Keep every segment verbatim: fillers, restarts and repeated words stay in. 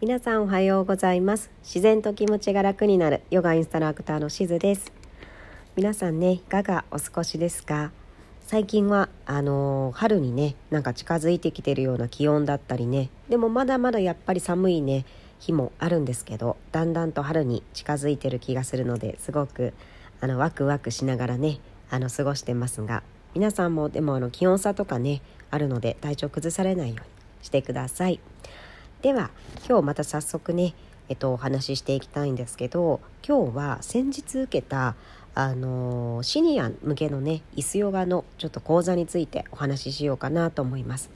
皆さんおはようございます。自然と気持ちが楽になるヨガインストラクターのしずです。皆さんね、いかがお過ごしですか？最近はあのー、春にねなんか近づいてきてるような気温だったりね、でもまだまだやっぱり寒いね日もあるんですけど、だんだんと春に近づいてる気がするので、すごくあのワクワクしながらねあの過ごしてますが、皆さんもでもあの気温差とかねあるので体調崩されないようにしてください。では今日また早速ね、えっと、お話ししていきたいんですけど、今日は先日受けたあのシニア向けのね椅子ヨガのちょっと講座についてお話ししようかなと思います。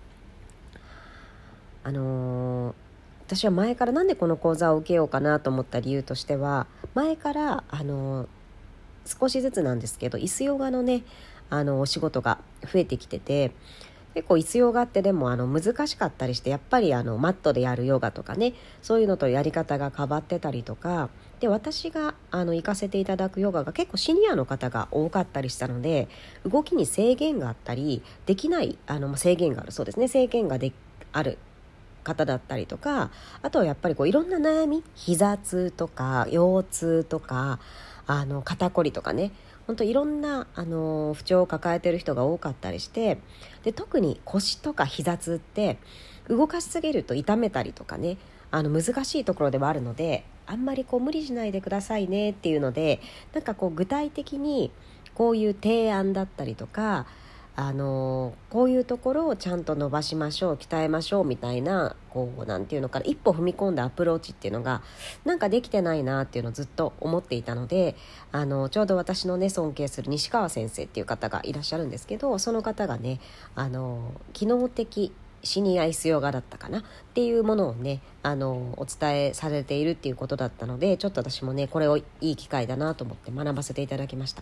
あの私は前からなんでこの講座を受けようかなと思った理由としては、前からあの少しずつなんですけど椅子ヨガのねあのお仕事が増えてきてて、結構椅子ヨガってでもあの難しかったりして、やっぱりあのマットでやるヨガとかね、そういうのとやり方が変わってたりとかで、私があの行かせていただくヨガが結構シニアの方が多かったりしたので、動きに制限があったりできないあの制限があるそうですね制限がである方だったりとか、あとはやっぱりこういろんな悩み、膝痛とか腰痛とかあの肩こりとかね、本当いろんなあの不調を抱えている人が多かったりして、で特に腰とか膝痛って動かしすぎると痛めたりとかね、あの難しいところではあるので、あんまりこう無理しないでくださいねっていうので、なんかこう具体的にこういう提案だったりとか、あのこういうところをちゃんと伸ばしましょう、鍛えましょうみたいな、こうなんていうのかな、一歩踏み込んだアプローチっていうのがなんかできてないなっていうのをずっと思っていたので、あのちょうど私のね尊敬する西川先生っていう方がいらっしゃるんですけど、その方がねあの機能的シニア椅子ヨガだったかなっていうものをねあのお伝えされているっていうことだったので、ちょっと私もねこれをいい機会だなと思って学ばせていただきました。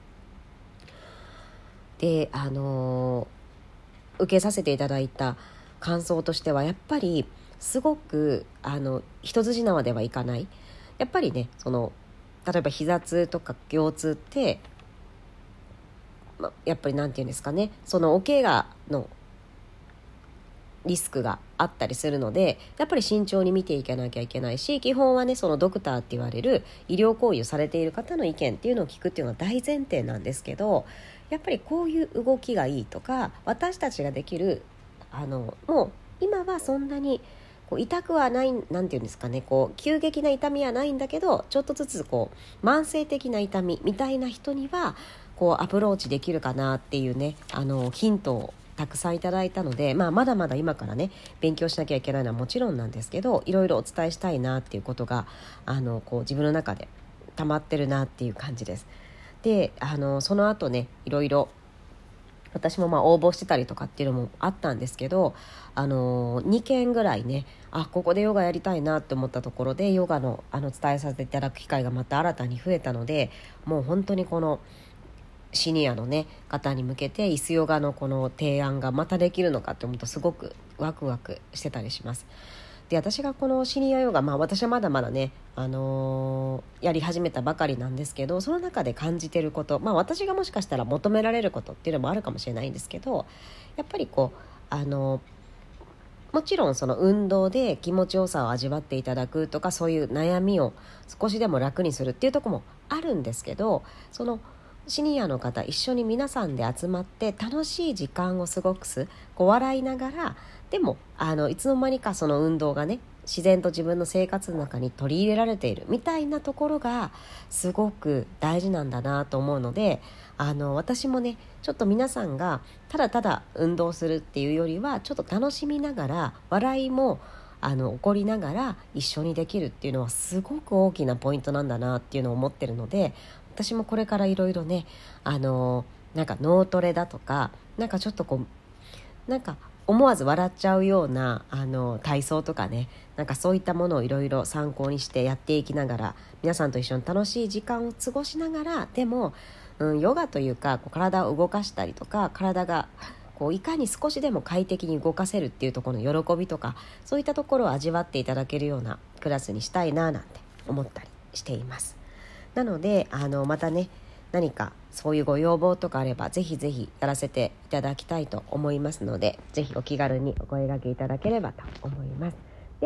であの受けさせていただいた感想としては、やっぱりすごくあの一筋縄ではいかない。やっぱりねその例えば膝痛とか腰痛って、ま、やっぱりなんていうんですかね、そのお怪我のリスクがあったりするので、やっぱり慎重に見ていかなきゃいけないし、基本はねそのドクターって言われる医療行為をされている方の意見っていうのを聞くっていうのは大前提なんですけど、やっぱりこういう動きがいいとか、私たちができるあのもう今はそんなにこう痛くはない、なんていうんですかね、こう急激な痛みはないんだけど、ちょっとずつこう慢性的な痛みみたいな人にはこうアプローチできるかなっていうねあのヒントをたくさんいただいたので、まあ、まだまだ今からね勉強しなきゃいけないのはもちろんなんですけど、いろいろお伝えしたいなっていうことがあのこう自分の中で溜まってるなっていう感じです。であのその後ねいろいろ私もまあ応募してたりとかっていうのもあったんですけど、あのにけんぐらいね、あここでヨガやりたいなって思ったところでヨガのあの伝えさせていただく機会がまた新たに増えたので、もう本当にこのシニアの、ね、方に向けて椅子ヨガのこの提案がまたできるのかって思うとすごくワクワクしてたりします。で私がこのシニアヨガ、まあ、私はまだまだね、あのー、やり始めたばかりなんですけど、その中で感じてること、まあ、私がもしかしたら求められることっていうのもあるかもしれないんですけど、やっぱりこうあのーもちろんその運動で気持ちよさを味わっていただくとか、そういう悩みを少しでも楽にするっていうところもあるんですけど、そのシニアの方一緒に皆さんで集まって楽しい時間を過ごす、こう笑いながら、でもあのいつの間にかその運動がね自然と自分の生活の中に取り入れられているみたいなところがすごく大事なんだなと思うので、あの私もねちょっと皆さんがただただ運動するっていうよりは、ちょっと楽しみながら笑いもあの起こりながら一緒にできるっていうのはすごく大きなポイントなんだなっていうのを思ってるので、私もこれからいろいろねあのなんか脳トレだとか、なんかちょっとこうなんか思わず笑っちゃうようなあの体操とかね、なんかそういったものをいろいろ参考にしてやっていきながら、皆さんと一緒に楽しい時間を過ごしながら、でも、うん、ヨガというかこう体を動かしたりとか、体がこういかに少しでも快適に動かせるっていうところの喜びとか、そういったところを味わっていただけるようなクラスにしたいななんて思ったりしています。なのであのまたね何かそういうご要望とかあればぜひぜひやらせていただきたいと思いますので、ぜひお気軽にお声掛けいただければと思います。では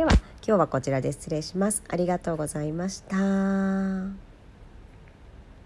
日はこちらで失礼します。ありがとうございました。